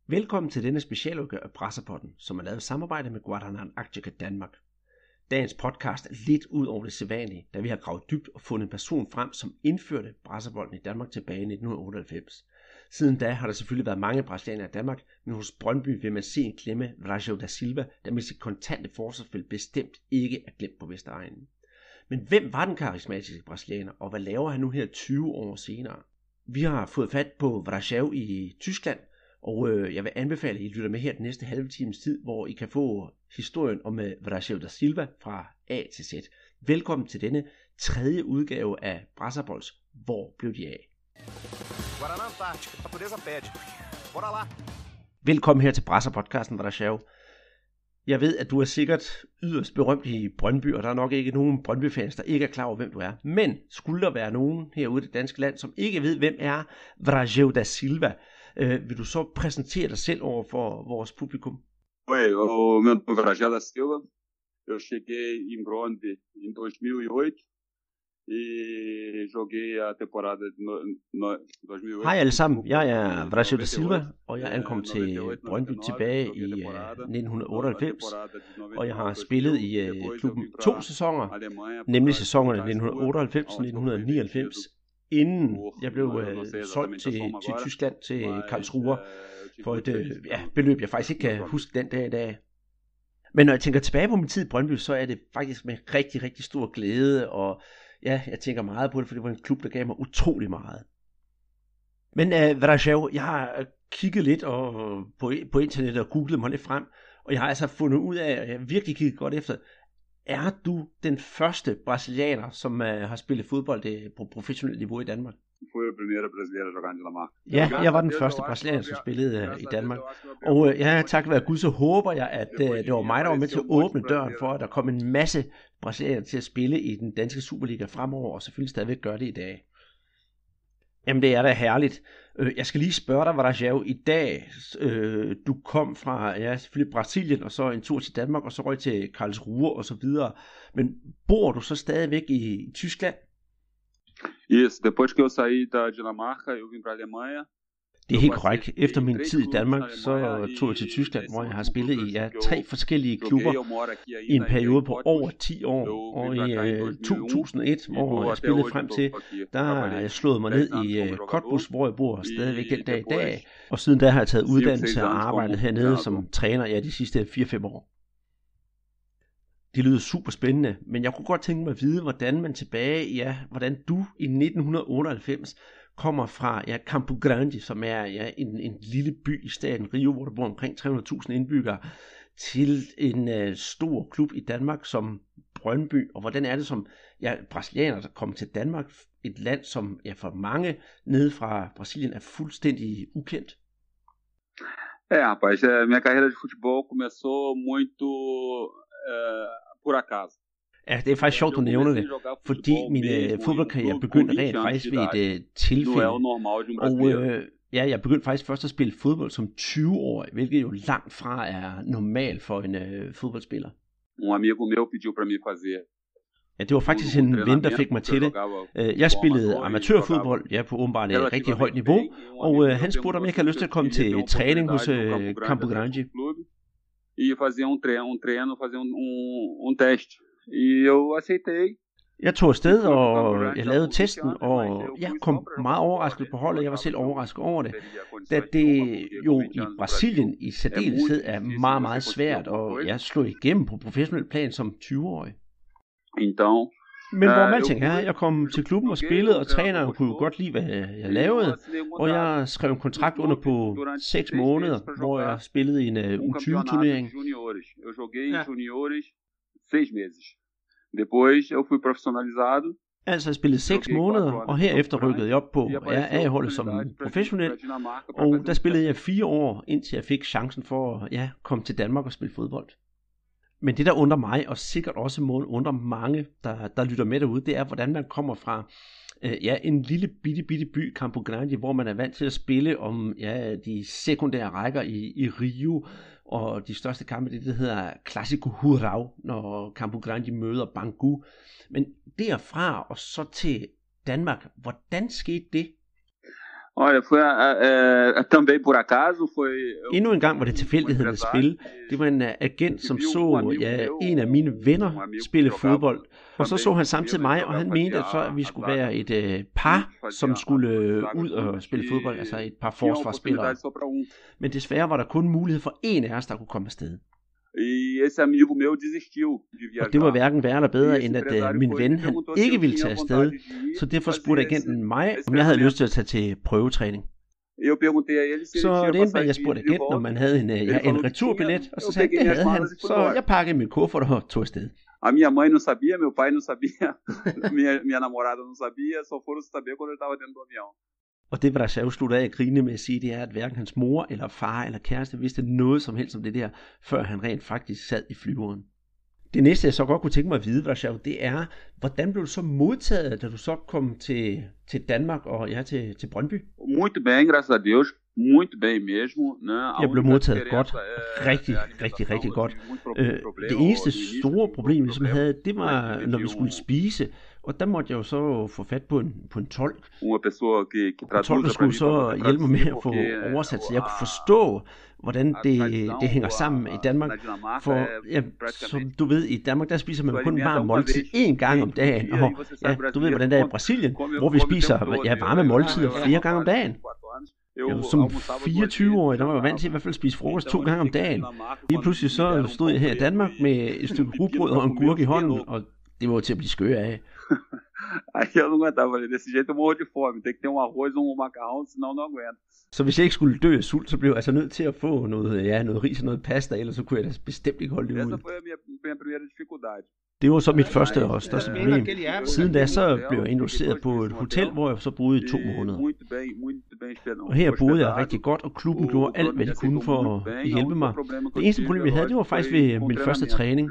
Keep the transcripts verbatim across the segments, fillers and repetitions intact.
Velkommen til denne specialudgave af Brasserpotten, som er lavet i samarbejde med Guaraná Antarctica Danmark. Dagens podcast er lidt ud over det sædvanlige, da vi har gravet dybt og fundet en person frem, som indførte brasserbolden i Danmark tilbage i nitten otteoghalvfems. Siden da har der selvfølgelig været mange brasilianere i Danmark, men hos Brøndby vil man se en klemme Varejão da Silva, der med sit kontante forsvarsspil bestemt ikke er glemt på Vestegnen. Men hvem var den karismatiske brasilianer, og hvad laver han nu her tyve år senere? Vi har fået fat på Varejão i Tyskland, og øh, jeg vil anbefale, at I lytter med her den næste halve times tid, hvor I kan få historien om øh, Varejão da Silva fra A til Z. Velkommen til denne tredje udgave af Brasserbolds. Hvor blev de af? Guaraná Antártica, Natureza pede. Bora lá. Velkommen her til Brasserpodcasten, Varejão. Jeg ved, at du er sikkert yderst berømt i Brøndby, og der er nok ikke nogen Brøndby-fans, der ikke er klar over, hvem du er. Men skulle der være nogen herude i det danske land, som ikke ved, hvem er Varejão da Silva, øh, vil du så præsentere dig selv over for vores publikum? Oi, o meu nome é Varejão da Silva. Eu cheguei em Brøndby em dois mil e oito e joguei a temporada de no, no, dois mil e oito. Hej alle sammen, jeg er Varejão da Silva, og jeg ankom til Brøndby tilbage i uh, nitten otteoghalvfems, og jeg har spillet i uh, klubben to sæsoner, nemlig sæsonerne nitten otteoghalvfems og nitten nioghalvfems, inden jeg blev uh, solgt til, til Tyskland, til Karlsruhe, for et uh, ja, beløb, jeg faktisk ikke kan huske den dag i dag. Men når jeg tænker tilbage på min tid i Brøndby, så er det faktisk med rigtig, rigtig stor glæde, og ja, jeg tænker meget på det, for det var en klub, der gav mig utrolig meget. Men uh, Varejão, jeg har kigget lidt og, på, på internettet og googlet mig lidt frem, og jeg har altså fundet ud af, og jeg har virkelig kigget godt efter, er du den første brasilianer, som uh, har spillet fodbold uh, på professionelt niveau i Danmark? Foi o primeiro brasileiro a jogar em Dinamarca. Ja, jeg var den første brasilianer, som spillede uh, i Danmark. Og uh, ja, tak være Gud, så håber jeg, at uh, det var mig, der var med til at åbne døren for, at der kom en masse brasilianere til at spille i den danske Superliga fremover, og selvfølgelig stadigvæk gør det i dag. Jamen, det er da herligt. Jeg skal lige spørge dig, Varejão, i dag, øh, du kom fra, ja, selvfølgelig Brasilien, og så en tur til Danmark, og så røg til Karlsruhe og så videre. Men bor du så stadigvæk i, i Tyskland? Isso, depois que eu saí da Dinamarca, eu vim para a Alemanha. Det er helt korrekt. Efter min tid i Danmark, så tog jeg til Tyskland, hvor jeg har spillet i ja, tre forskellige klubber i en periode på over ti år. Og i uh, to tusind og et, hvor jeg spillede frem til, der har jeg slået mig ned i uh, Cottbus, hvor jeg bor stadigvæk den dag i dag. Og siden da har jeg taget uddannelse og arbejdet hernede som træner ja, de sidste fire fem år. Det lyder super spændende, men jeg kunne godt tænke mig at vide, hvordan man tilbage, ja, hvordan du i nitten otteoghalvfems kommer fra ja, Campo Grande, som er ja, en, en lille by i staten Rio, hvor der bor omkring tre hundrede tusind indbyggere, til en uh, stor klub i Danmark som Brøndby. Og hvordan er det som ja, brasilianer, der kommer til Danmark, et land, som ja, for mange nede fra Brasilien er fuldstændig ukendt? É, rapaz, minha carreira de futebol começou muito uh, por acaso. Ja, det er faktisk sjovt, du nævner det, fordi min øh, fodboldkarriere begyndte rent faktisk ved et øh, tilfælde. Og øh, ja, jeg begyndte faktisk først at spille fodbold som tyve-årig, hvilket jo langt fra er normalt for en øh, fodboldspiller. Um amigo meu pediu para mim fazer. Ja, det var faktisk en ven, der fik mig til det. Jeg spillede amatørfodbold, ja, på åbenbart et rigtig højt niveau, og øh, han spurgte, om jeg havde lyst til at komme til træning hos øh, Campo Grande. E fazer um treino, um treino, fazer um, um, um teste. E eu aceitei. Jeg tog afsted, og jeg lavede testen, og jeg kom meget overrasket på holdet. Jeg var selv overrasket over det, da det jo i Brasilien i særdeleshed er meget, meget svært, og jeg slog igennem på professionel plan som tyve-årig. Então, Men hvor man tænker, jeg kom til klubben og spillede, og træneren kunne jo godt lide, hvad jeg lavede, og jeg skrev en kontrakt under på seks måneder, hvor jeg spillede i en U tyve-turnering. Eu joguei em juniores seis meses. Depois eu fui profissionalizado. Altså jeg spillede seks måneder, og herefter rykkede jeg op på A-holdet som professionel, og der spillede jeg fire år, indtil jeg fik chancen for at ja, komme til Danmark og spille fodbold. Men det, der undrer mig, og sikkert også må undre mange, der, der lytter med derude, det er, hvordan man kommer fra øh, ja, en lille bitte, bitte by, Campo Grande, hvor man er vant til at spille om ja, de sekundære rækker i, i Rio, og de største kampe, det, det hedder Clásico Rural, når Campo Grande møder Bangu. Men derfra og så til Danmark, hvordan skete det? Olha, foi uh, uh, também por acaso foi. Endnu en gang var det tilfældighedernes spil. Det var en uh, agent, som så ja, en af mine venner spille fodbold. Og så så han samtidig mig, og han mente, at, så, at vi skulle være et uh, par, som skulle uh, ud og spille fodbold, altså et par forsvarsspillere. Men desværre var der kun mulighed for en af os, der kunne komme afsted. E esse amigo meu desistiu de viajar. Og det var hverken værre eller bedre, end at uh, min ven han ikke ville tage afsted. Så derfor spurgte agenten mig, om jeg havde lyst til at tage til prøvetræning. Eu perguntei a ele se så ele det endte med, at jeg spurgte agenten, om man havde en, ja, en returbillet, og så sagde han, det havde han. Så jeg pakkede min kuffert og tog afsted. A minha mãe não sabia, meu pai não sabia, minha, minha namorada não sabia, só foram saber quando ele estava dentro do avião. Og det var der så slutte af at grine med at sige, det er, at hverken hans mor eller far eller kæreste vidste noget som helst om det der, før han rent faktisk sad i flyveren. Det næste, jeg så godt kunne tænke mig at vide, Brașov, det er, hvordan blev du så modtaget, da du så kom til, til Danmark og ja, til, til Brøndby? Muito bem, graças a Deus. Muito bem mesmo, né? Jeg blev modtaget godt, rigtig, rigtig, rigtig godt. Det eneste store problem, som jeg havde, det var, når vi skulle spise, og der måtte jeg jo så få fat på en, på en tolk. Og tolken skulle så hjælpe mig med at få oversat, så jeg kunne forstå, hvordan det, det hænger sammen i Danmark. For ja, som du ved, i Danmark, der spiser man kun varm måltid én gang om dagen. Og ja, du ved, hvordan det er i Brasilien, hvor vi spiser ja, varme måltider flere gange om dagen. Jo, som fireogtyve-årig, der var jeg vant til i hvert fald at spise frokost to gange om dagen. Lige pludselig så stod jeg her i Danmark med et stykke rugbrød og en gurk i hånden, og det var til at blive skør af. Aí eu não aguentava, desse jeito eu morro de fome, tem que ter um arroz ou um macarrão, senão eu não aguento. Så hvis jeg ikke skulle dø af sult, så blev jeg altså nødt til at få noget, ja, noget ris og noget pasta, ellers så kunne jeg da bestemt ikke holde det ud. Essa foi a minha, minha primeira dificuldade. Det var så mit første og største problem. Siden da så blev jeg introduceret på et hotel, hvor jeg så boede i to måneder. Og her boede jeg rigtig godt, og klubben gjorde alt, hvad de kunne for at hjælpe mig. Det eneste problem, jeg havde, det var faktisk ved min første træning.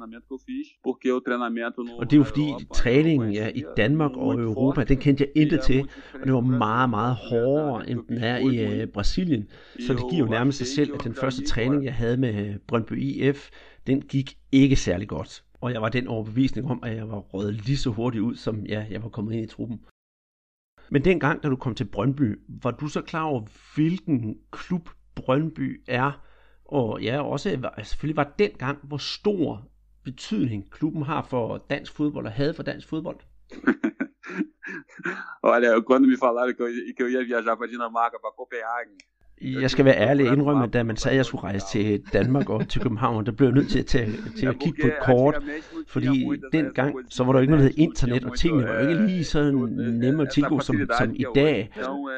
Og det var fordi træningen ja, i Danmark og Europa, den kendte jeg intet til. Og det var meget, meget hårdere, end den er i uh, Brasilien. Så det giver jo nærmest sig selv, at den første træning, jeg havde med Brøndby I F, den gik ikke særlig godt. Og jeg var den overbevisning om, at jeg var røget lige så hurtigt ud, som ja, jeg var kommet ind i truppen. Men dengang, da du kom til Brøndby, var du så klar over, hvilken klub Brøndby er? Og ja, også selvfølgelig var dengang, hvor stor betydning klubben har for dansk fodbold og havde for dansk fodbold? Olha, quando me falaram que eu, que eu ia viajar para Dinamarca, para Copenhagen. Jeg skal være ærlig og indrømme, at da man sagde, at jeg skulle rejse til Danmark og til København, der blev jeg nødt til at, tage, til at kigge på et kort, fordi dengang, så var der ikke noget, der hed internet, og tingene var jo ikke lige så nemme at tilgå som, som i dag.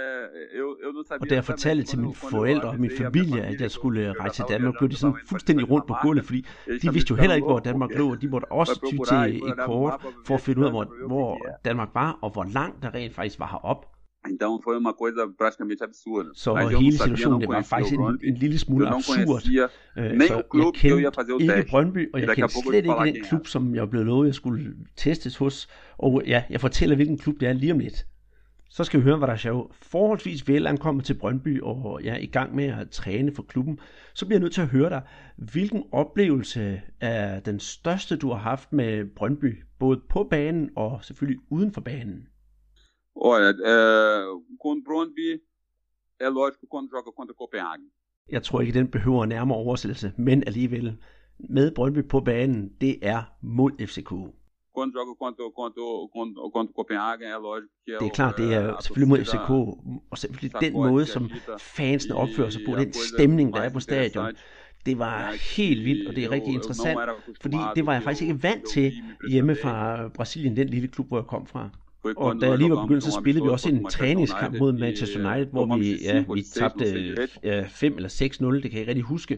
Og da jeg fortalte til mine forældre og min familie, at jeg skulle rejse til Danmark, blev de sådan fuldstændig rundt på gulvet, fordi de vidste jo heller ikke, hvor Danmark lå, og de måtte også ty til et kort for at finde ud af, hvor, hvor Danmark var, og hvor langt der rent faktisk var herop. Então foi uma coisa praticamente absurda. Så hele situationen det var faktisk en, en lille smule absurd. Uh, så jeg kendte ikke Brøndby, og jeg kendte slet ikke den klub, som jeg blev lovet, jeg skulle testes hos. Og ja, jeg fortæller, hvilken klub det er lige om lidt. Så skal vi høre, hvad der er forholdsvis vel ankommet til Brøndby, og jeg er i gang med at træne for klubben. Så bliver jeg nødt til at høre dig, hvilken oplevelse er den største, du har haft med Brøndby, både på banen og selvfølgelig uden for banen? Olha, é, com Brøndby é lógico quando joga contra Copenhagen. Jeg tror ikke, den behøver nærmere oversættelse, men alligevel med Brøndby på banen, det er mod F C K. Quando joga contra contra contra Copenhagen é lógico que det er klart, det er selvfølgelig mod F C K, og selvfølgelig den måde, som fansene opfører sig på, den stemning, der er på stadion. Det var helt vildt, og det er rigtig interessant, fordi det var jeg faktisk ikke vant til hjemme fra Brasilien, den lille klub, hvor jeg kom fra. Og da jeg lige var begyndt, så spillede vi også en træningskamp mod Manchester United, hvor vi, ja, vi tabte ja, fem eller seks nul, det kan jeg rigtig huske.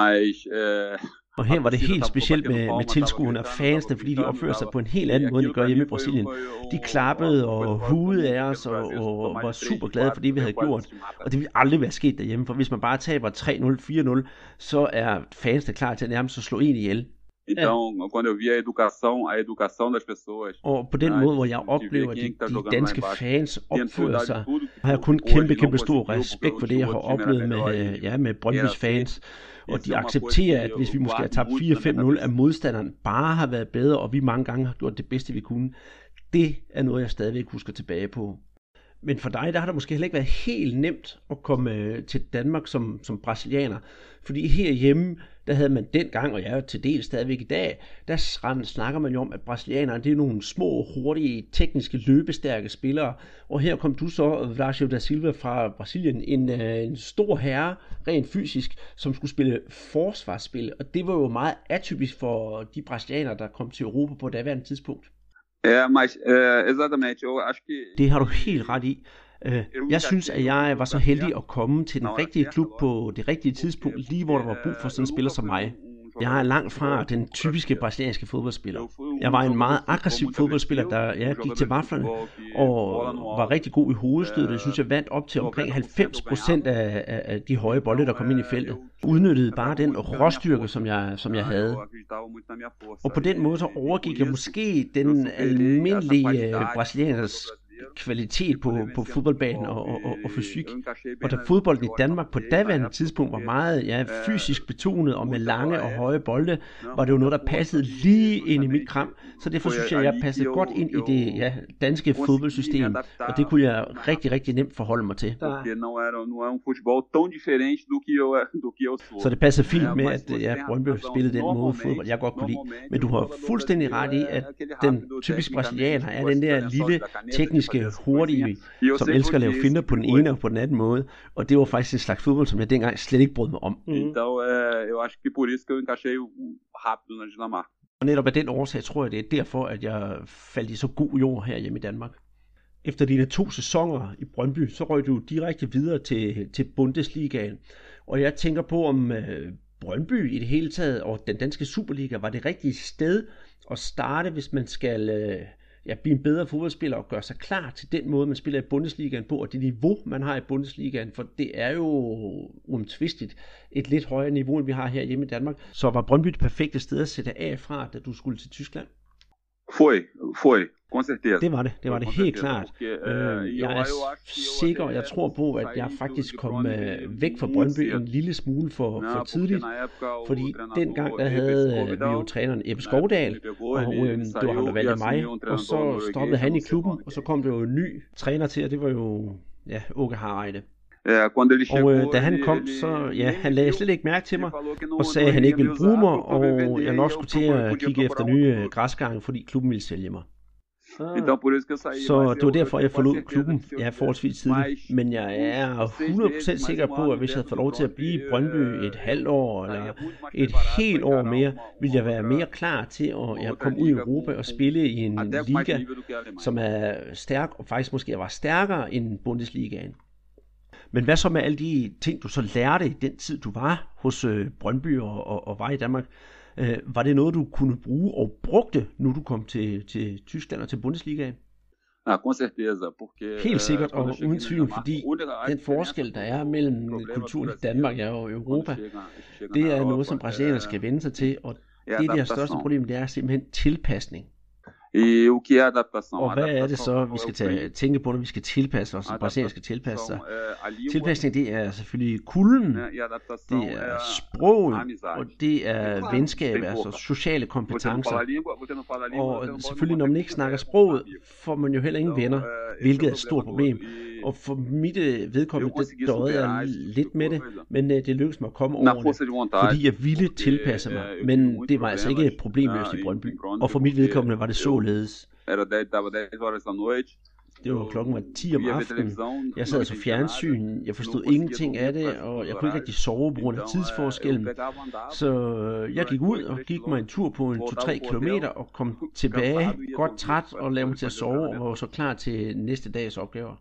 Og her var det helt specielt med, med tilskuerne og fansene, fordi de opfører sig på en helt anden måde, end de gør hjemme i Brasilien. De klappede og hudede af os og, og var super glade for det, vi havde gjort. Og det ville aldrig være sket derhjemme, for hvis man bare taber tre nul, fire nul, så er fansene klar til at nærmest at slå en ihjel. Então, quando eu via a educação, a educação das pessoas. Og på den måde, hvor jeg oplever, at de, de danske fans opfører sig, har jeg kun kæmpe, kæmpe stor respekt for det, jeg har oplevet med, ja, med Brøndbys fans. Og de accepterer, at hvis vi måske har tabt fire fem nul, at modstanderen bare har været bedre, og vi mange gange har gjort det bedste, vi kunne. Det er noget, jeg stadigvæk husker tilbage på. Men for dig, der har det måske heller ikke været helt nemt at komme øh, til Danmark som, som brasilianer. Fordi herhjemme, der havde man dengang, og jeg er til del stadigvæk i dag, der snakker man jo om, at brasilianere, det er nogle små, hurtige, tekniske, løbestærke spillere. Og her kom du så, Vladio da Silva fra Brasilien, en, øh, en stor herre, rent fysisk, som skulle spille forsvarsspil. Og det var jo meget atypisk for de brasilianere, der kom til Europa på daværende tidspunkt. Ja, mas, uh, exatamente. Eu acho que... Det har du helt ret i. Jeg synes, at jeg var så heldig at komme til den rigtige klub på det rigtige tidspunkt, lige hvor der var brug for sådan en spiller som mig. Jeg er langt fra den typiske brasilianske fodboldspiller. Jeg var en meget aggressiv fodboldspiller, der jeg gik til vaflerne og var rigtig god i hovedstødet. Jeg synes, jeg vandt op til omkring halvfems procent af, af de høje bolde, der kom ind i feltet. Udnyttede bare den råstyrke, som jeg, som jeg havde. Og på den måde så overgik jeg måske den almindelige brasilianers kvalitet på, på fodboldbanen og, og, og fysik. Og da fodbolden i Danmark på daværende tidspunkt var meget ja, fysisk betonet og med lange og høje bolde, var det jo noget, der passede lige ind i mit kram. Så derfor synes jeg, at jeg passede godt ind i det ja, danske fodboldsystem, og det kunne jeg rigtig, rigtig nemt forholde mig til. Så det passede fint med, at ja, Brøndby spillede den måde fodbold, jeg godt kunne lide. Men du har fuldstændig ret i, at den typiske brasilianer er den der lille tekniske hurtige, som elsker at lave finter på den ene og på den anden måde, og det var faktisk en slags fodbold, som jeg dengang slet ikke brød mig om. Mm. Og netop af den årsag tror jeg, det er derfor, at jeg faldt i så god jord her hjemme i Danmark. Efter dine to sæsoner i Brøndby, så røg du direkte videre til, til Bundesligaen, og jeg tænker på, om øh, Brøndby i det hele taget og den danske Superliga var det rigtige sted at starte, hvis man skal øh, ja, blive en bedre fodboldspiller og gøre sig klar til den måde, man spiller i Bundesligaen på, og det niveau, man har i Bundesligaen, for det er jo uomtvistigt et lidt højere niveau, end vi har her hjemme i Danmark. Så var Brøndby det perfekte sted at sætte af fra, da du skulle til Tyskland? Foi, foi. Com certeza. Det var det, det var det helt klart. Øh, jeg er sikker, og jeg tror på, at jeg faktisk kom øh, væk fra Brøndby en lille smule for, for tidligt, fordi dengang der havde øh, vi jo træneren Ebbe Skovdal, og øh, det var ham, der valgte mig, og så stoppede han i klubben, og så kom der jo en ny træner til, og det var jo ja, Åke Hareide. Og øh, da han kom, så ja, han lagde slet ikke mærke til mig, og sagde, at han ikke ville bruge mig, og jeg nok skulle til at kigge efter nye græsgange, fordi klubben ville sælge mig. Så det var derfor, jeg forlod klubben. Jeg er forholdsvis tidligt, men jeg er hundrede procent sikker på, at hvis jeg havde fået lov til at blive i Brøndby et halvt år, eller et helt år mere, ville jeg være mere klar til at jeg komme ud i Europa og spille i en liga, som er stærk, og faktisk måske var stærkere end Bundesligaen. Men hvad så med alle de ting, du så lærte i den tid, du var hos øh, Brøndby og, og, og var i Danmark? Øh, var det noget, du kunne bruge og brugte, nu du kom til, til Tyskland og til Bundesligaen? Ah, com certeza, porque helt sikkert og uden tvivl, fordi den forskel, der er mellem kulturen i Danmark og Europa, det er noget, som brasilianerne skal vende sig til, og det er det største problem, det er simpelthen tilpasning. E o que é adaptação? Og hvad er det så, vi skal tage, tænke på, når vi skal tilpasse os, og brasilianerne skal tilpasse sig? Tilpasning, det er selvfølgelig kulden, det er sproget, og det er venskab, altså sociale kompetencer. Og selvfølgelig, når man ikke snakker sproget, får man jo heller ingen venner, hvilket er et stort problem. Og for mit vedkommende, det døde jeg lidt med det, men det lykkedes mig at komme over det, fordi jeg ville tilpasse mig. Men det var altså ikke et problemløst i Brøndby, og for mit vedkommende var det således. Det var klokken var ti om aftenen. Jeg sad så fjernsyn, jeg forstod ingenting af det, og jeg kunne ikke rigtig sove på grund af tidsforskellen. Så jeg gik ud og gik mig en tur på en to til tre kilometer og kom tilbage, godt træt og lavede mig til at sove og var så klar til næste dags opgaver.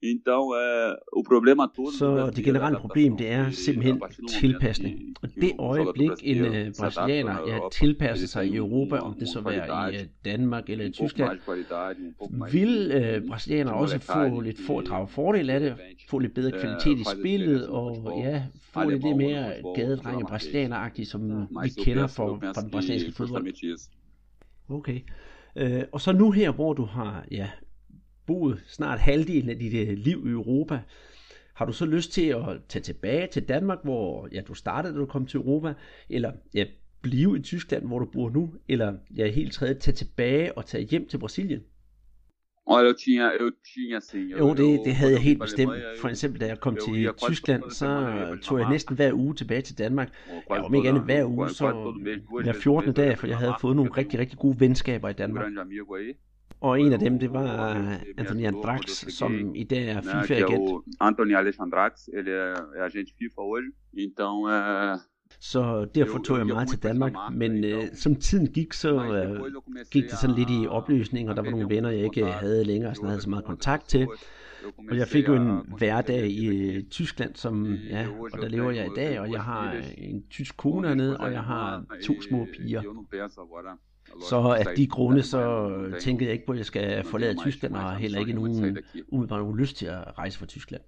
Så det generelle problem, det er simpelthen tilpasning. Og det øjeblik, en uh, brasilianer ja, tilpasser sig i Europa, om det så være i uh, Danmark eller i Tyskland, vil uh, brasilianer også få lidt foredrag fordel af det, få lidt bedre kvalitet i spillet, og ja, få lidt mere gadedrenge brasilianer-agtigt, som vi kender fra, fra den brasilianske fodbold. Okay. Uh, og så nu her, hvor du har ja, boet snart halvdelen af dit liv i Europa, har du så lyst til at tage tilbage til Danmark, hvor ja, du startede, da du kom til Europa, eller ja, blive i Tyskland, hvor du bor nu, eller ja, helt tredje, tage tilbage og tage hjem til Brasilien? Olha, eu tinha, eu tinha assim. Jo, det, det havde jeg helt bestemt. For eksempel, da jeg kom til Tyskland, så tog jeg næsten hver uge tilbage til Danmark. Ja, om ikke andet hver uge, så hver fjortende dag, for jeg havde fået nogle rigtig, rigtig gode venskaber i Danmark. Og en af dem, det var Anthony Andrax, som i dag er FIFA-agent. Anthony Alexandrax, ele er agent FIFA hoje. Então, så derfor tog jeg meget til Danmark, men øh, som tiden gik, så øh, gik det sådan lidt i opløsning, og der var nogle venner, jeg ikke havde længere, så jeg havde så meget kontakt til. Og jeg fik jo en hverdag i øh, Tyskland, som, ja, og der lever jeg i dag, og jeg har en tysk kone hernede, og jeg har to små piger. Så af de grunde, så tænkte jeg ikke på, at jeg skal forlade Tyskland, og har heller ikke nogen, umiddelbart nogen lyst til at rejse fra Tyskland.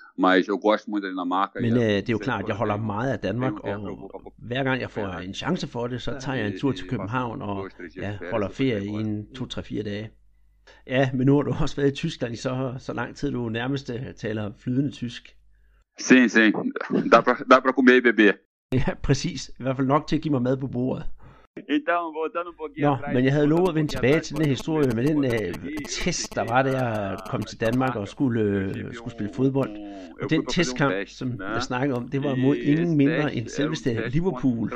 Men øh, det er jo klart, at jeg holder meget af Danmark, og hver gang jeg får en chance for det, så tager jeg en tur til København og ja, holder ferie i en to, tre, fire dage. Ja, men nu har du også været i Tyskland i så, så lang tid, du nærmest taler flydende tysk. Sim, sim. Dá pra, dá pra comer e beber. Ja, præcis. I hvert fald nok til at give mig mad på bordet. Nå, men jeg havde lovet at vende tilbage til den historie med den øh, test, der var, da jeg kom til Danmark og skulle, øh, skulle spille fodbold. Og den testkamp, som jeg snakkede om, det var mod ingen mindre end selveste Liverpool.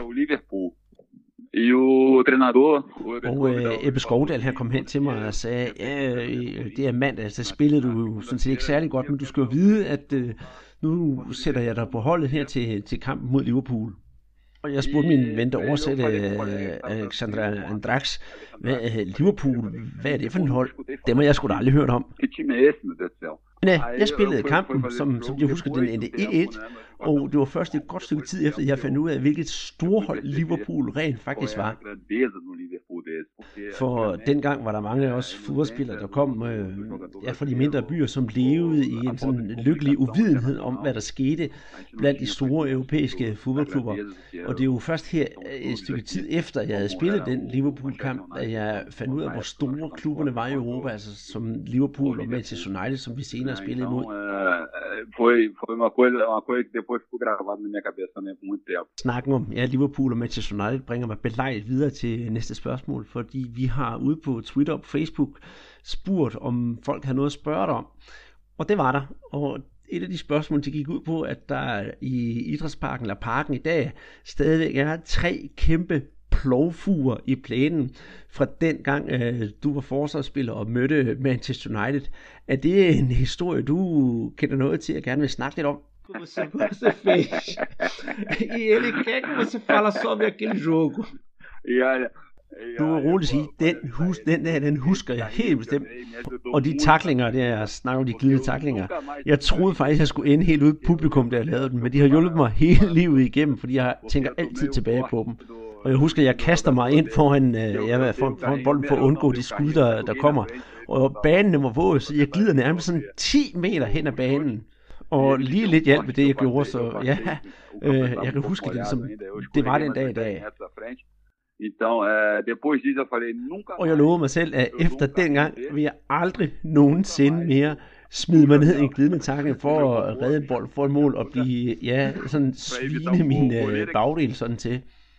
Og øh, Ebbe Skovdal her kom hen til mig og sagde, ja, det er mandag, så spillede du sådan set ikke særlig godt, men du skal jo vide, at øh, nu sætter jeg dig på holdet her til, til kampen mod Liverpool. Og jeg spurgte min ven, der oversatte uh, Alexandra Andrax, hvad, uh, Liverpool, hvad er det for en hold? Dem har jeg sgu da aldrig hørt om. Men uh, jeg spillede kampen, som, som jeg husker, den endte et et, og det var først et godt stykke tid efter, jeg fandt ud af, hvilket storhold Liverpool rent faktisk var. For dengang var der mange af os fodboldspillere, der kom øh, ja, fra de mindre byer, som levede i en sådan lykkelig uvidenhed om, hvad der skete blandt de store europæiske fodboldklubber. Og det er jo først her et stykke tid efter, jeg havde spillet den Liverpool-kamp, at jeg fandt ud af, hvor store klubberne var i Europa, altså som Liverpool og Manchester United, som vi senere spillede imod. Snakken om ja, Liverpool og Manchester United bringer mig belejligt videre til næste spørgsmål, fordi vi har ude på Twitter og Facebook spurgt, om folk har noget at spørge dig om. Og det var der. Og et af de spørgsmål, de gik ud på, at der i idrætsparken eller parken i dag stadigvæk er tre kæmpe plovfuger i plænen fra den gang øh, du var forsvarsspiller og mødte Manchester United. Er det en historie, du kender noget til og gerne vil snakke lidt om? Você, você fez. E ele quer que você fala sobre aquele jogo. Du vil roligt sige, den, hus, den der, den husker jeg helt bestemt. Og de taklinger, det er snakker om de glidende taklinger. Jeg troede faktisk, jeg skulle ende helt ude i publikum, da jeg lavede den, men de har hjulpet mig hele livet igennem, fordi jeg tænker altid tilbage på dem. Og jeg husker, at jeg kaster mig ind foran, øh, jeg for, foran bolden for at undgå de skud, der, der kommer. Og banen var våd, så jeg glider nærmest sådan ti meter hen ad banen. Og lige lidt hjælp med det, jeg gjorde, så ja, øh, jeg kan huske det, som det var den dag i dag. Og jeg lovede mig selv, at efter dengang vil jeg aldrig nogensinde mere smide mig ned i en glidende tackling for at redde en bold for et mål og blive, ja, sådan svine min øh, bagdel sådan til.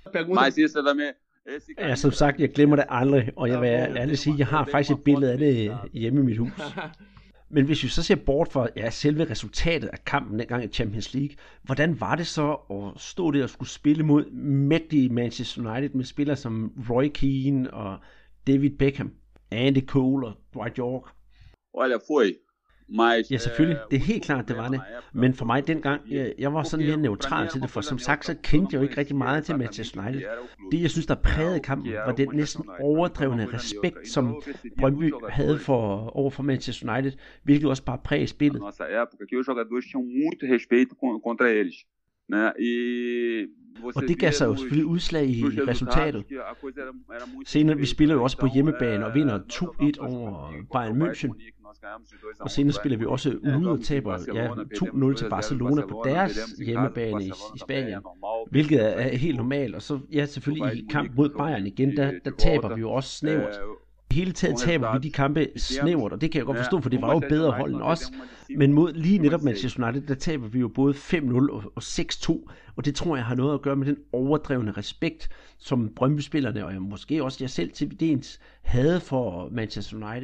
Ja, som sagt, jeg glemmer det aldrig, og jeg vil ærligt sige, jeg har faktisk et billede af det hjemme i mit hus. Men hvis vi så ser bort fra ja, selve resultatet af kampen dengang i Champions League, hvordan var det så at stå der og skulle spille mod mægtige Manchester United med spillere som Roy Keane og David Beckham, Andy Cole og Dwight York? Olha, foi. Ja, selvfølgelig. Det er helt klart, det var det. Men for mig dengang, jeg, jeg var sådan mere neutral til det, for som sagt, så kendte jeg jo ikke rigtig meget til Manchester United. Det, jeg synes, der prægede kampen, var den næsten overdrevne respekt, som Brøndby havde for, over for Manchester United, hvilket også bare prægede spillet. Og det gav sig jo selvfølgelig udslag i resultatet. Senere, vi spiller jo også på hjemmebane og vinder to et over Bayern München. Og senere spiller vi også ude og taber ja, to nul til Barcelona på deres hjemmebane i, i Spanien. Hvilket er, er helt normalt. Og så ja, selvfølgelig i kamp mod Bayern igen, der, der taber vi jo også snævert. I hele taget taber vi de kampe snævert, og det kan jeg godt forstå, for det var jo bedre hold end os. Men mod lige netop Manchester United, der taber vi jo både fem nul og, og seks to, og det tror jeg har noget at gøre med den overdrevne respekt, som Brøndby-spillerne, og måske også jeg selv til Videns, havde for Manchester United.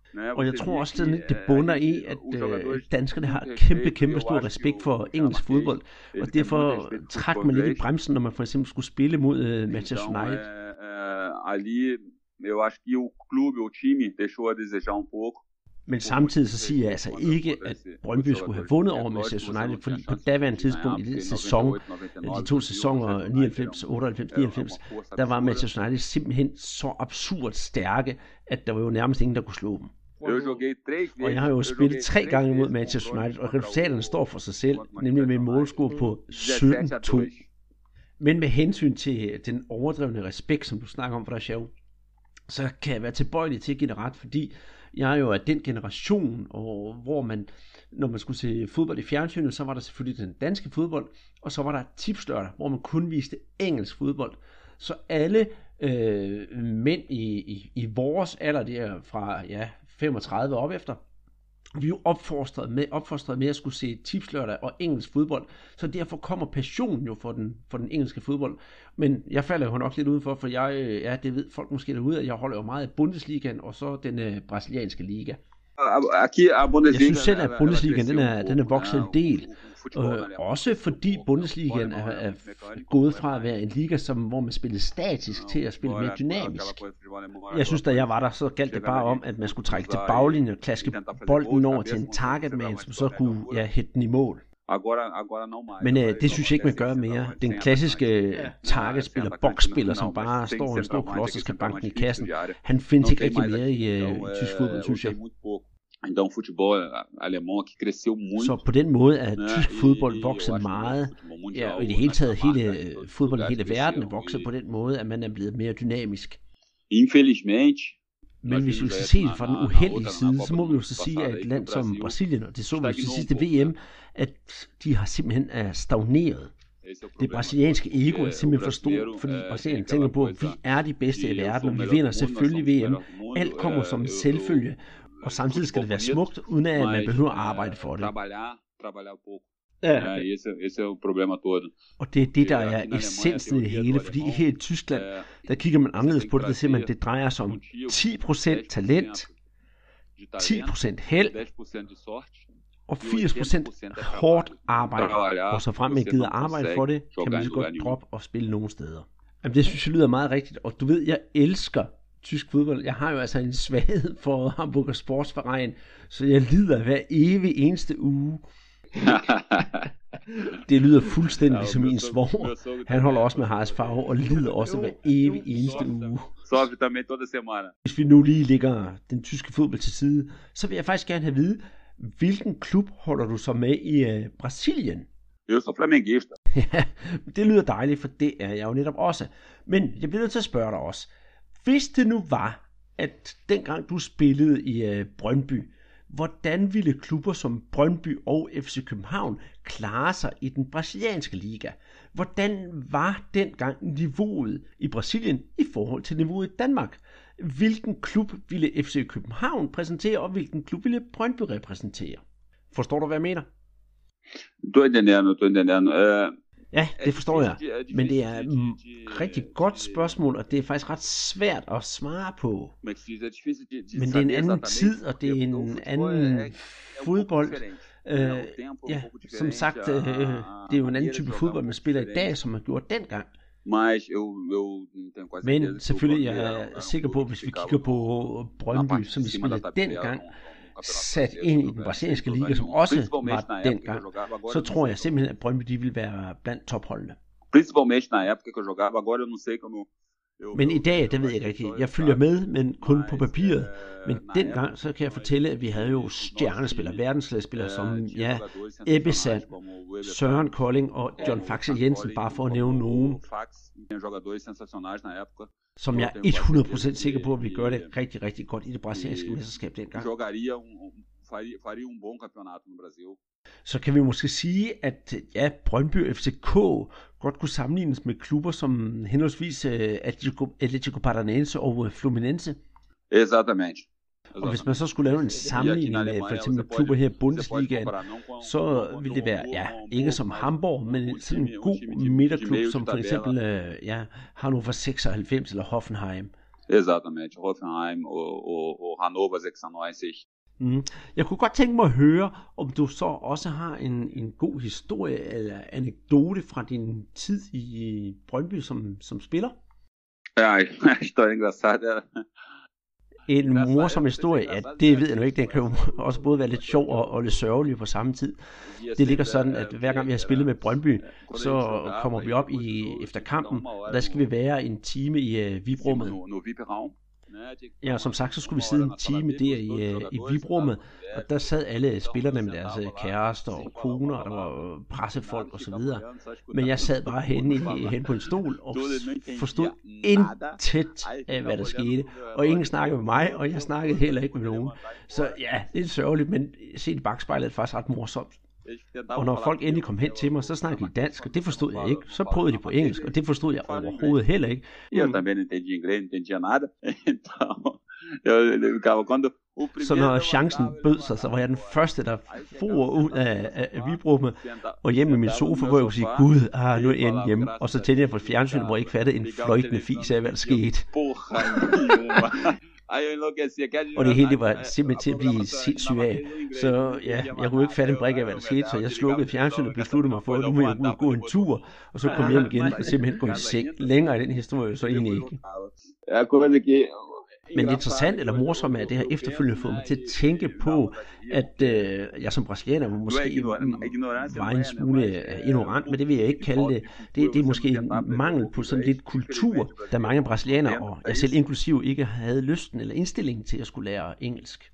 Og jeg tror også, at det bunder i, at øh, danskerne har kæmpe, kæmpe stor respekt for engelsk fodbold, og derfor trak man lidt i bremsen, når man for eksempel skulle spille mod øh, Manchester United. Ali, eu acho que o clube, o time, deixou a desejar um pouco. Men samtidig så siger jeg altså ikke, at Brøndby skulle have vundet over Manchester United, fordi på daværende tidspunkt i den sæson, de to sæsoner nioghalvfems, otteoghalvfems, nioghalvfems, der var Manchester United simpelthen så absurd stærke, at der var jo nærmest ingen, der kunne slå dem. Og jeg har jo spillet tre gange mod Manchester United, og resultaterne står for sig selv, nemlig med en målscore på sytten to. Men med hensyn til den overdrevne respekt, som du snakker om for dig, Sjov, så kan jeg være tilbøjelig til at give det ret, fordi jeg er jo af den generation, og hvor man, når man skulle se fodbold i fjernsynet, så var der selvfølgelig den danske fodbold, og så var der tipslørdag, hvor man kun viste engelsk fodbold. Så alle øh, mænd i, i, i vores alder, der fra ja, femogtredive op efter, vi er jo opfostret med, opfostret med at skulle se tipslørdag og engelsk fodbold, så derfor kommer passionen jo for den, for den engelske fodbold. Men jeg falder jo nok lidt udenfor, for jeg, ja, det ved folk måske derude, at jeg holder jo meget af Bundesligaen og så den øh, brasilianske liga. Jeg synes selv, at Bundesligaen den er, den er vokset en del, øh, også fordi Bundesligaen er, er gået fra at være en liga, som, hvor man spillede statisk til at spille mere dynamisk. Jeg synes, da jeg var der, så galt det bare om, at man skulle trække til baglinjen og klaske bolden over til en targetman, som så kunne ja, hætte den i mål. Men øh, det synes jeg ikke, man gør mere. Den klassiske targetspiller, boksspiller, som bare står en stor klods og skal banke i kassen, han findes ikke rigtig mere i øh, tysk fodbold, synes jeg. Så på den måde er tysk fodbold vokset meget, ja, og i det hele taget hele fodbold i hele verden er vokset på den måde, at man er blevet mere dynamisk. Men hvis vi skal se det fra den uheldige side, så må vi jo så sige, at et land som Brasilien, og det så vi jo til sidste V M, at de har simpelthen er stagneret. Det brasilianske ego er simpelthen for stort, fordi Brasilien tænker på, at vi er de bedste i verden, og vi vinder selvfølgelig V M. Alt kommer som en selvfølge, og samtidig skal det være smukt, uden at man behøver at arbejde for det. Ja, esse er o problema todo. Og det er det, der er essensen i det hele, fordi her i Tyskland, der kigger man anderledes på det, der siger man, at det drejer sig om ti procent talent, ti procent held, og firs procent hårdt arbejde. Og så frem med gider arbejde for det, kan man så godt droppe og spille nogle steder. Jamen, det synes jeg lyder meget rigtigt, og du ved, jeg elsker tysk fodbold. Jeg har jo altså en svaghed for Hamburger Sportsverein, så jeg lider hver evig eneste uge. Det lyder fuldstændig som en svoger. Han holder også med Hares farve og lider også hver evig eneste uge. Hvis vi nu lige lægger den tyske fodbold til side, så vil jeg faktisk gerne have at vide, hvilken klub holder du så med i uh, Brasilien? Jeg er flamenguista. Ja, det lyder dejligt, for det er jeg jo netop også. Men jeg bliver nødt til at spørge dig også. Hvis det nu var, at dengang du spillede i uh, Brøndby, hvordan ville klubber som Brøndby og F C København klare sig i den brasilianske liga? Hvordan var dengang niveauet i Brasilien i forhold til niveauet i Danmark? Hvilken klub ville F C København præsentere, og hvilken klub ville Brøndby repræsentere? Forstår du, hvad jeg mener? Du entendendo, du entendendo. Uh... Ja, det forstår jeg, men det er et rigtig godt spørgsmål, og det er faktisk ret svært at svare på. Men det er en anden tid, og det er en anden fodbold. Øh, ja, som sagt, øh, det er jo en anden type fodbold, man spiller i dag, som man gjorde dengang. Men selvfølgelig jeg er sikker på, at hvis vi kigger på Brøndby, som vi spillede dengang, sat ind i den brasilianske liga, som også var dengang, så tror jeg simpelthen, at Brøndby de vil være blandt topholdene. Men i dag, det ved jeg ikke rigtigt. Jeg følger med, men kun på papiret. Men dengang, så kan jeg fortælle, at vi havde jo stjernespillere, verdensklassespillere som ja, Ebbe Sand, Søren Kolding og John Faxe Jensen, bare for at nævne nogen, som jeg er hundrede procent sikker på, at vi gør det rigtig, rigtig godt i det brasilianske mesterskab dengang. Så kan vi måske sige, at ja, Brøndby og F C K godt kunne sammenlignes med klubber som henholdsvis uh, Atletico, Atletico Paranaense og uh, Fluminense. Exatamente. Og hvis man så skulle lave en sammenligning med for eksempel klubber her i Bundesligaen, så ville det være, ja, ikke som Hamburg, men sådan en god midterklub, som for eksempel uh, ja, Hannover seksoghalvfems eller Hoffenheim. Exatamente, Hoffenheim og, og, og Hannover seksoghalvtreds. Mm. Jeg kunne godt tænke mig at høre, om du så også har en, en god historie eller anekdote fra din tid i Brøndby som, som spiller. Ja, historie engraçada. En morsom historie, ja, det ved jeg nu ikke, den kan jo også både være lidt sjov og, og lidt sørgelig på samme tid. Det ligger sådan, at hver gang vi har spillet med Brøndby, så kommer vi op i efter kampen, og der skal vi være en time i uh, V I P-rummet. Ja, som sagt, så skulle vi sidde en time der i, uh, i V I P-rummet, og der sad alle spillerne med deres kærester og koner, og der var pressefolk og så videre. Men jeg sad bare henne, i, henne på en stol og forstod intet af, hvad der skete. Og ingen snakkede med mig, og jeg snakkede heller ikke med nogen. Så ja, det er sørgeligt, men set i bagspejlet er det faktisk ret morsomt. Og når folk endelig kom hen til mig, så snakkede de dansk, og det forstod jeg ikke. Så prøvede de på engelsk, og det forstod jeg overhovedet heller ikke. Jeg também não entendi inglês, não entendia nada. Então, eu ficava quando så når chancen bød sig, så var jeg den første, der for ud af, af, af V I P-rummet og hjem i min sofa, hvor jeg kunne sige, gud, ah, nu er jeg endelig hjemme. Og så tændte jeg på fjernsynet, hvor jeg ikke fattede en fløjtende fis af, hvad der skete. Og det hele var simpelthen til at blive sindssyg af. Så ja, jeg kunne ikke fatte en brik af, hvad der skete, så jeg slukkede fjernsynet og besluttede mig for, at nu må jeg ud og gå en tur, og så kom hjem igen og simpelthen gå i seng. Længere i den historie, så egentlig ikke. Men det interessante eller morsomme er, at det har efterfølgende fået mig til at tænke på, at øh, jeg som brasilianer måske var en smule ignorant, men det vil jeg ikke kalde det. Det, det er måske en mangel på sådan lidt kultur, da mange brasilianere, og jeg selv inklusiv, ikke havde lysten eller indstillingen til at skulle lære engelsk.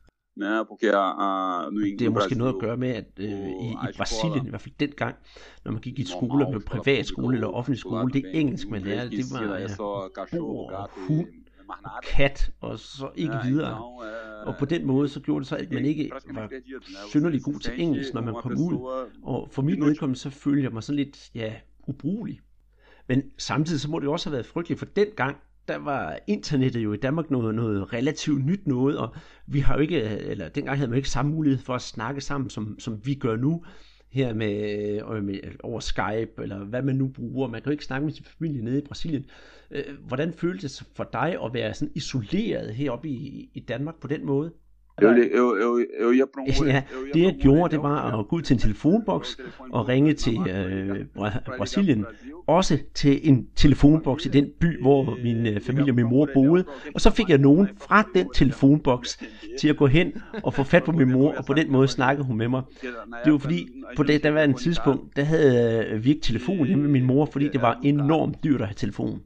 Det er måske noget at gøre med, at øh, i, i Brasilien, i hvert fald dengang, når man gik i skole, med privatskole eller offentlig skole, det engelsk, man lærte, det var ja, bor og hund, kat og så ikke videre. Og på den måde så gjorde det så, at man ikke var synderligt god til engelsk, når man kom ud. Og for mit vedkommende så følte jeg mig sådan lidt, ja, ubrugelig. Men samtidig så må det også have været frygteligt, for dengang, der var internettet jo i Danmark noget, noget relativt nyt noget, og vi har jo ikke, eller dengang havde man ikke samme mulighed for at snakke sammen, som, som vi gør nu, her med, med over Skype, eller hvad man nu bruger. Man kan jo ikke snakke med sin familie nede i Brasilien. Hvordan føltes det for dig at være sådan isoleret heroppe i, i Danmark på den måde? Jeg, jeg, jeg, jeg, jeg prøver, ja, det jeg gjorde, det var at gå ud til en telefonboks og ringe til øh, Bra- Brasilien. Også til en telefonboks i den by, hvor min øh, familie og min mor boede. Og så fik jeg nogen fra den telefonboks til at gå hen og få fat på min mor, og på den måde snakkede hun med mig. Det var fordi, på det der var en tidspunkt, der havde vi ikke telefon hjemme med min mor, fordi det var enormt dyrt at have telefon.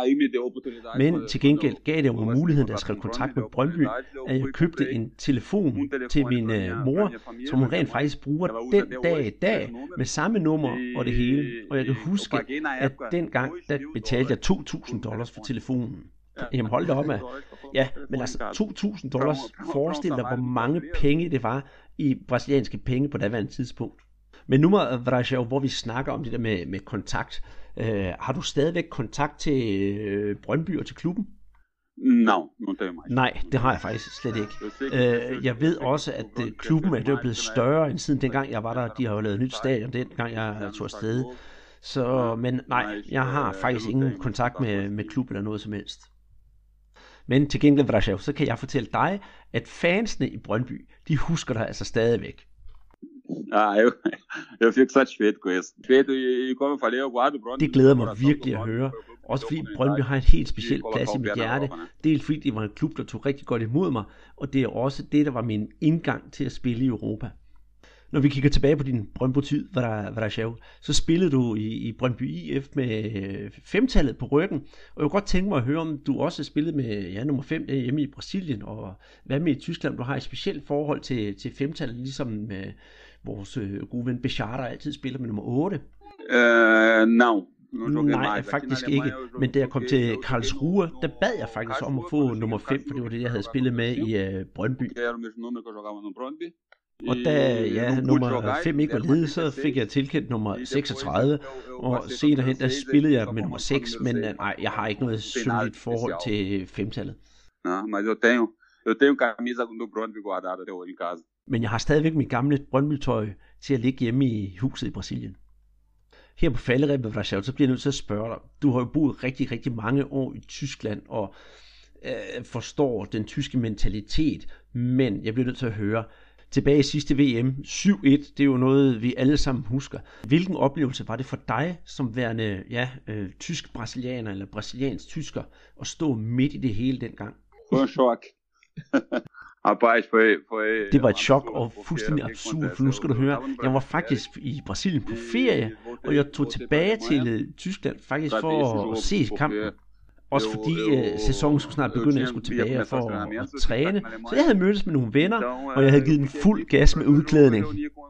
Men til gengæld gav det mig muligheden, da jeg skrev kontakt med Brøndby, at jeg købte en telefon til min uh, mor, som hun rent faktisk bruger den dag i dag, med samme nummer og det hele. Og jeg kan huske, at dengang, der betalte jeg to tusind dollars for telefonen. Jamen hold da op med. Ja, men altså to tusind dollars, forestil dig, hvor mange penge det var i brasilianske penge på daværende tidspunkt. Men nu må Varejão, hvor vi snakker om det der med, med kontakt, øh, har du stadigvæk kontakt til øh, Brøndby og til klubben? No, Nej, det har jeg faktisk slet ikke. Øh, jeg ved også, at øh, klubben er blevet større end siden dengang jeg var der. De har jo lavet et nyt stadion, dengang jeg tog afsted. Så, men nej, jeg har faktisk ingen kontakt med, med klubben eller noget som helst. Men til gengæld, Varejão, så kan jeg fortælle dig, at fansene i Brøndby, de husker dig altså stadigvæk. Ah, eu, eu fico satisfeito com isso. Feito e como eu falei, eu guardo o Brøndby. Det glæder mig virkelig at høre. Også fordi Brøndby har en helt speciel plads i mit hjerte. Dels fordi det var en klub, der tog rigtig godt imod mig, og det er også det, der var min indgang til at spille i Europa. Når vi kigger tilbage på din Brøndby-tid, Varejão, så spillede du i, i Brøndby I F med femtallet på ryggen. Og jeg kunne godt tænke mig at høre, om du også spillede med ja, nummer fem hjemme i Brasilien, og hvad med i Tyskland? Du har et specielt forhold til, til femtallet, ligesom med vores øh, gode ven Bechara altid spiller med nummer otte. Uh, no. Nej, faktisk ikke. Men da jeg kom til Karlsruhe, der bad jeg faktisk om at få nummer fem, for det var det, jeg havde spillet med i øh, Brøndby. Og da ja, nummer fem ikke var ledet, så fik jeg tilkendt nummer seksogtredive, og senere hen, der spillede jeg med nummer seks, men nej, jeg har ikke noget synligt forhold til femtallet. Ja, men jeg tenho, jeg tenho camisa do Brøndby guardada até hoje em casa. Men jeg har stadigvæk mit gamle Brøndby-tøj til at ligge hjemme i huset i Brasilien. Her på falderebet, Varejão, så bliver jeg nødt til at spørge dig. Du har jo boet rigtig, rigtig mange år i Tyskland, og øh, forstår den tyske mentalitet, men jeg bliver nødt til at høre, tilbage i sidste V M, syv et, det er jo noget, vi alle sammen husker. Hvilken oplevelse var det for dig, som værende ja, øh, tysk-brasilianer eller brasiliansk-tysker, at stå midt i det hele dengang? Det var en chok. Det var et chok og fuldstændig absurd, for nu skal du høre, jeg var faktisk i Brasilien på ferie, og jeg tog tilbage til Tyskland faktisk for at se kampen. Også fordi øh, sæsonen skulle snart begynde, at jeg skulle tilbage for at, at træne. Så jeg havde mødtes med nogle venner, og jeg havde givet den fuld gas med udklædning.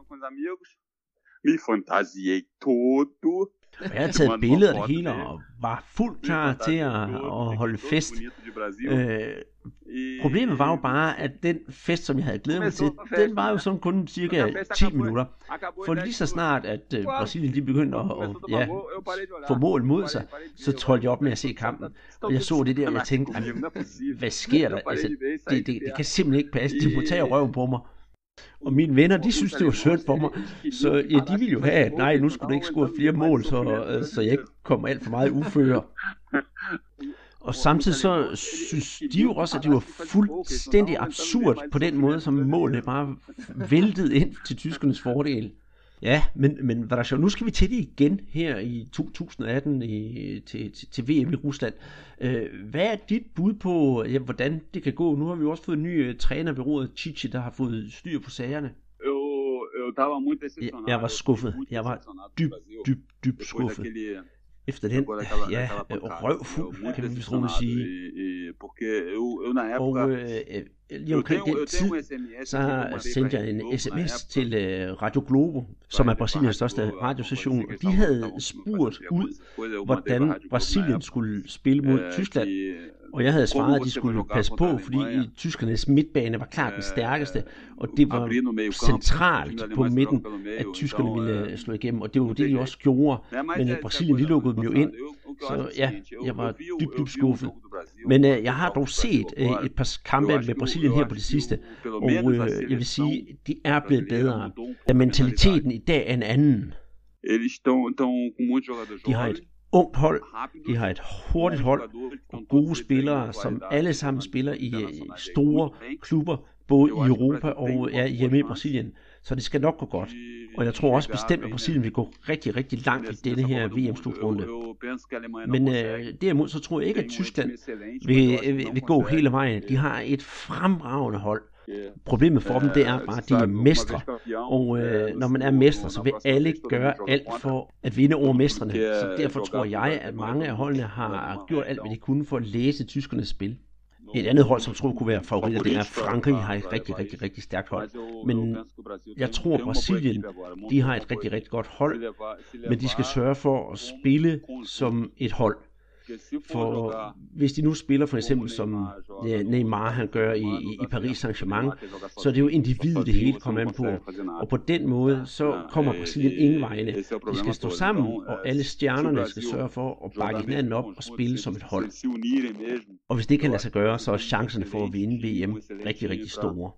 Og jeg havde taget billeder af det hele, og var fuldt klar til at, at holde fest. Øh, problemet var jo bare, at den fest, som jeg havde glædet mig til, den var jo sådan kun cirka ti minutter. For lige så snart, at uh, Brasilien de begyndte at, at ja, få mål mod sig, så trådte jeg op med at se kampen. Og jeg så det der, og jeg tænkte, hvad sker der? Altså, det, det, det kan simpelthen ikke passe. De må tage røven på mig. Og mine venner, de synes, det var sødt for mig. Så ja, de ville jo have, at nej, nu skulle du ikke score flere mål, så, så jeg ikke kom alt for meget uføre. Og samtidig så synes de jo også, at det var fuldstændig absurd på den måde, som målene bare væltede ind til tyskernes fordel. Ja, men, men hvad der så? Nu skal vi til det igen her i to tusind atten i, til, til, til V M i Rusland. Øh, hvad er dit bud på, ja, hvordan det kan gå? Nu har vi jo også fået en ny uh, træner ved rådet, Tite, der har fået styr på sagerne. Jeg, jeg var skuffet. Jeg var dybt, dybt, dybt skuffet. Efter den, ja, røvfuld, kan vi vist roligt sige. Og øh, lige omkring den tid, så sendte jeg en sms til uh, Radio Globo, som er Brasiliens største radiostation. De havde spurgt ud, hvordan Brasilien skulle spille mod Tyskland. Og jeg havde svaret, at de skulle passe på, fordi tyskernes midtbane var klart den stærkeste, og det var centralt på midten, at tyskerne ville slå igennem, og det var jo det, de også gjorde. Men Brasilien, de lukkede dem jo ind, så ja, jeg var dybt, dybt skuffet. Men øh, jeg har dog set øh, et par kampe med Brasilien her på det sidste, og øh, jeg vil sige, de er blevet bedre. Da mentaliteten i dag er en anden. De har et ungt hold, de har et hurtigt hold og gode spillere, som alle sammen spiller i store klubber, både i Europa og ja, hjemme i Brasilien. Så det skal nok gå godt. Og jeg tror også bestemt, at Brasilien vil gå rigtig, rigtig langt i denne her V M-slutrunde. Men øh, derimod så tror jeg ikke, at Tyskland vil, vil, vil gå hele vejen. De har et fremragende hold. Problemet for dem, det er bare, at de er mestre. Og øh, når man er mestre, så vil alle gøre alt for at vinde over mestrene. Så derfor tror jeg, at mange af holdene har gjort alt, hvad de kunne for at læse tyskernes spil. Et andet hold, som tror kunne være favoritter, det er Frankrig, har et rigtig, rigtig, rigtig stærkt hold. Men jeg tror, at Brasilien, de har et rigtig, rigtig godt hold, men de skal sørge for at spille som et hold. For hvis de nu spiller for eksempel som ja, Neymar han gør i, i, i Paris Saint-Germain, så er det jo individet det hele kommer an på. Og på den måde, så kommer Brasilien ingen vegne. De skal stå sammen, og alle stjernerne skal sørge for at bakke hinanden op og spille som et hold. Og hvis det kan lade sig gøre, så er chancerne for at vinde V M rigtig, rigtig store.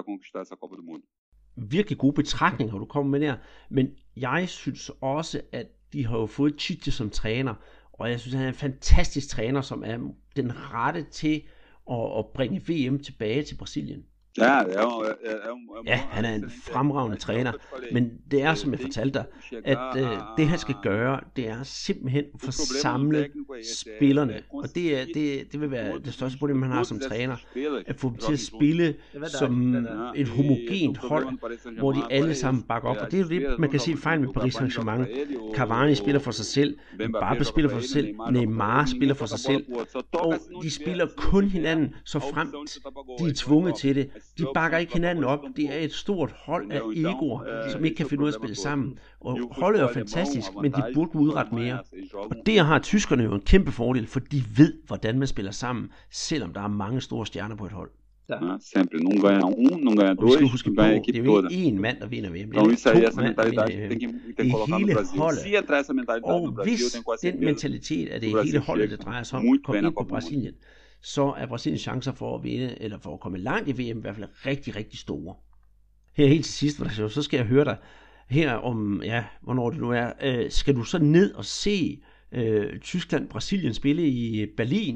Virkelig gode betragtninger, du kommer med der. Men jeg synes også, at de har jo fået Tite som træner, og jeg synes, han er en fantastisk træner, som er den rette til at, at bringe V M tilbage til Brasilien. Ja, ja, ja, ja, han er en fremragende træner, men det er, som jeg fortalte dig, at øh, det han skal gøre, det er simpelthen at få samlet spillerne, og det, er, det, det vil være det største problem, man har som træner, at få dem til at spille som et homogent hold, hvor de alle sammen bakker op, og det er jo det, man kan se fejl med Paris Saint-Germain. Cavani spiller for sig selv, Mbappé spiller for sig selv, Neymar spiller for sig selv, og de spiller kun hinanden, så frem de er tvunget til det. De bakker ikke hinanden op. Det er et stort hold af egoer, som ikke kan finde ud af at spille sammen. Og holdet er fantastisk, men de burde udrette mere. Og der har tyskerne jo en kæmpe fordel, for de ved, hvordan man spiller sammen, selvom der er mange store stjerner på et hold. Ja, sempre. Não ganha um, não ganha dois, não ganha a equipe toda. Det er jo ikke én mand, der vinder V M. Det er ikke to mand, der vinder V M. Det er hele holdet. Og hvis den mentalitet er det hele holdet, der drejer sig om, kommer ind på Brasilien, så er Brasiliens chancer for at vinde, eller for at komme langt i V M, i hvert fald rigtig, rigtig store. Her helt til sidst, så skal jeg høre dig her om, ja, hvornår det nu er, øh, skal du så ned og se øh, Tyskland-Brasilien spille i Berlin,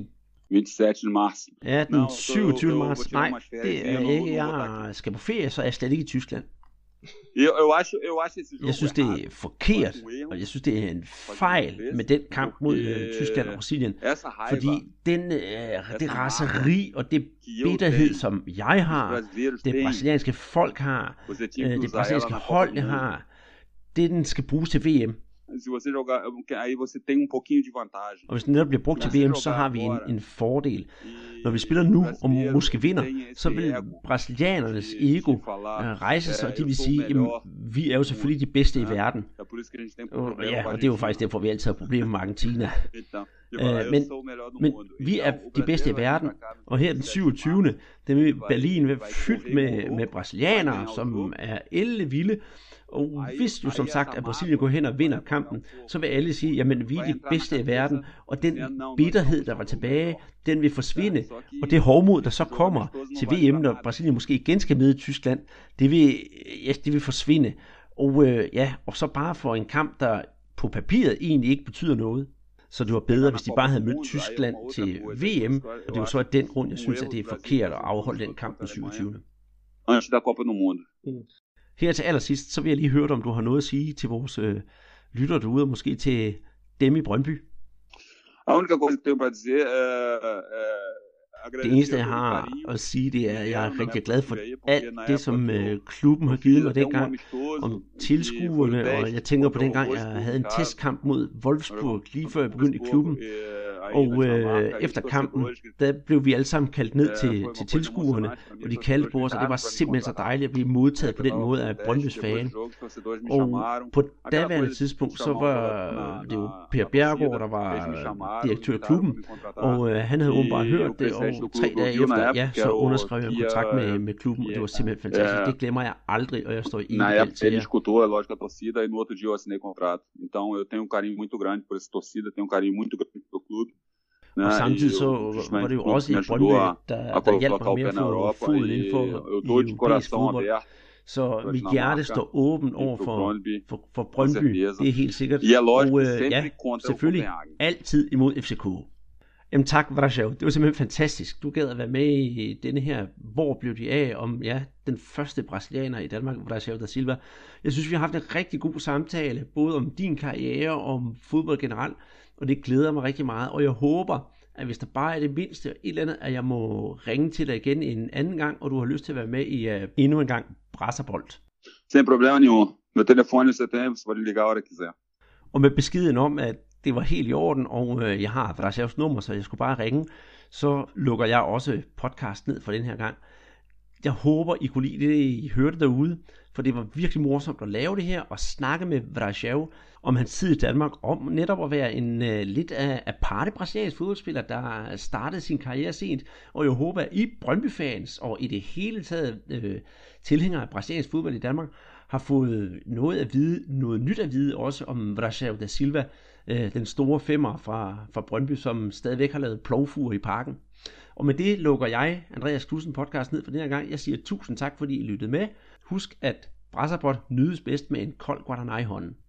vinte e sete de março. Ja, den Não, syvogtyvende eu- jeg- marts. jeg vou tirar Nej, umas férias det e er eu não- ikke. não vou estar Jeg skal på ferie, så er jeg slet ikke i Tyskland. Eu, eu, acho, eu acho esse jogo Jeg synes, det errado. er forkert, Pode um erro, og jeg synes, det er en fejl med den kamp mod øh, Tyskland og Brasilien. Essa raiva Fordi den, øh, det raseri og det bitterhed, som jeg os har, brasileiros det têm, brasilianske folk har, você tinha øh, que det usar ela brasilianske na Copa hold do Mundo. har, det den skal bruges til V M. Se você jogar, aí você tem um pouquinho de vantagem. Og hvis den netop bliver brugt til V M, så har vi en, en fordel. Når vi spiller nu og måske vinder, så vil brasilianernes ego øh, rejse sig, og de vil sige, jamen, vi er jo selvfølgelig de bedste i verden. Og, ja, og det er jo faktisk derfor, vi altid har problemer med Argentina. Øh, men, men vi er de bedste i verden, og her den syvogtyvende den vil Berlin være fyldt med, med brasilianere, som er ellevilde. Og hvis du som sagt, at Brasilien går hen og vinder kampen, så vil alle sige, jamen vi er de bedste i verden, og den bitterhed, der var tilbage, den vil forsvinde. Og det hovmod, der så kommer til V M, når Brasilien måske igen skal med i Tyskland, det vil, ja, det vil forsvinde. Og øh, ja, og så bare for en kamp, der på papiret egentlig ikke betyder noget. Så det var bedre, hvis de bare havde mødt Tyskland til V M, og det var så af den grund, jeg synes, at det er forkert at afholde den kamp den syvogtyvende Antes da Copa do Mundo. Her til allersidst, så vil jeg lige høre, om du har noget at sige til vores øh, lytter derude, og måske til dem i Brøndby. A única coisa que eu tenho para dizer é, é Det eneste, jeg har at sige, det er, at jeg er rigtig glad for alt det, som øh, klubben har givet mig dengang, om tilskuerne, og jeg tænker på dengang, jeg havde en testkamp mod Wolfsburg, lige før jeg begyndte i klubben, og øh, efter kampen, der blev vi alle sammen kaldt ned til, til tilskuerne, og de kaldte på os, og det var simpelthen så dejligt at blive modtaget på den måde af Brøndbys fan. Og på daværende tidspunkt, så var det jo Per Bjerregaard, der var direktør i klubben, og øh, han havde åbenbart hørt det, og tre dage efter, ja, så underskrev jeg en kontrakt med, med klubben, og det var simpelthen fantastisk. Det glemmer jeg aldrig, og jeg står i Na det época til ele jer. escutou, é lógico, a torcida, e no outro dia eu assinei contrato. Então eu tenho um carinho muito grande por essa torcida, tenho um carinho muito grande pelo clube. Og samtidig så var det jo også i Brøndby, der, der hjalp mig med at få foden inden for i europæisk fodbold. Så mit hjerte står åbent over for, for, for Brøndby, det er helt sikkert. Og øh, ja, selvfølgelig altid imod F C K. Jamen tak, Vrasjov. Det var simpelthen fantastisk. Du gad at være med i denne her, hvor blev de af, om ja, den første brasilianer i Danmark, Vrasjov da Silva. Jeg synes, vi har haft en rigtig god samtale, både om din karriere og om fodbold generelt, og det glæder mig rigtig meget, og jeg håber, at hvis der bare er det mindste et eller andet, at jeg må ringe til dig igen en anden gang, og du har lyst til at være med i uh, endnu en gang Brasserbold. Sem problema nenhum. Meu telefone você tem, você pode ligar a hora que quiser. Og med beskeden om, at det var helt i orden, og øh, jeg har Vrasjovs nummer, så jeg skulle bare ringe, så lukker jeg også podcast ned for den her gang. Jeg håber, I kunne lide det, I hørte derude, for det var virkelig morsomt at lave det her, og snakke med Vrasjov om hans tid i Danmark, om netop at være en uh, lidt af aparte brasiliansk fodboldspiller, der startede sin karriere sent, og jeg håber, at I Brøndby-fans, og i det hele taget uh, tilhængere af brasiliansk fodbold i Danmark, har fået noget at vide, noget nyt at vide også om Vrasjov da Silva, uh, den store femmer fra, fra Brøndby, som stadigvæk har lavet plovfure i parken. Og med det lukker jeg, Andreas Knudsen podcast, ned for den her gang. Jeg siger tusind tak, fordi I lyttede med. Husk, at Brasserbold nydes bedst med en kold Guaraná i hånden.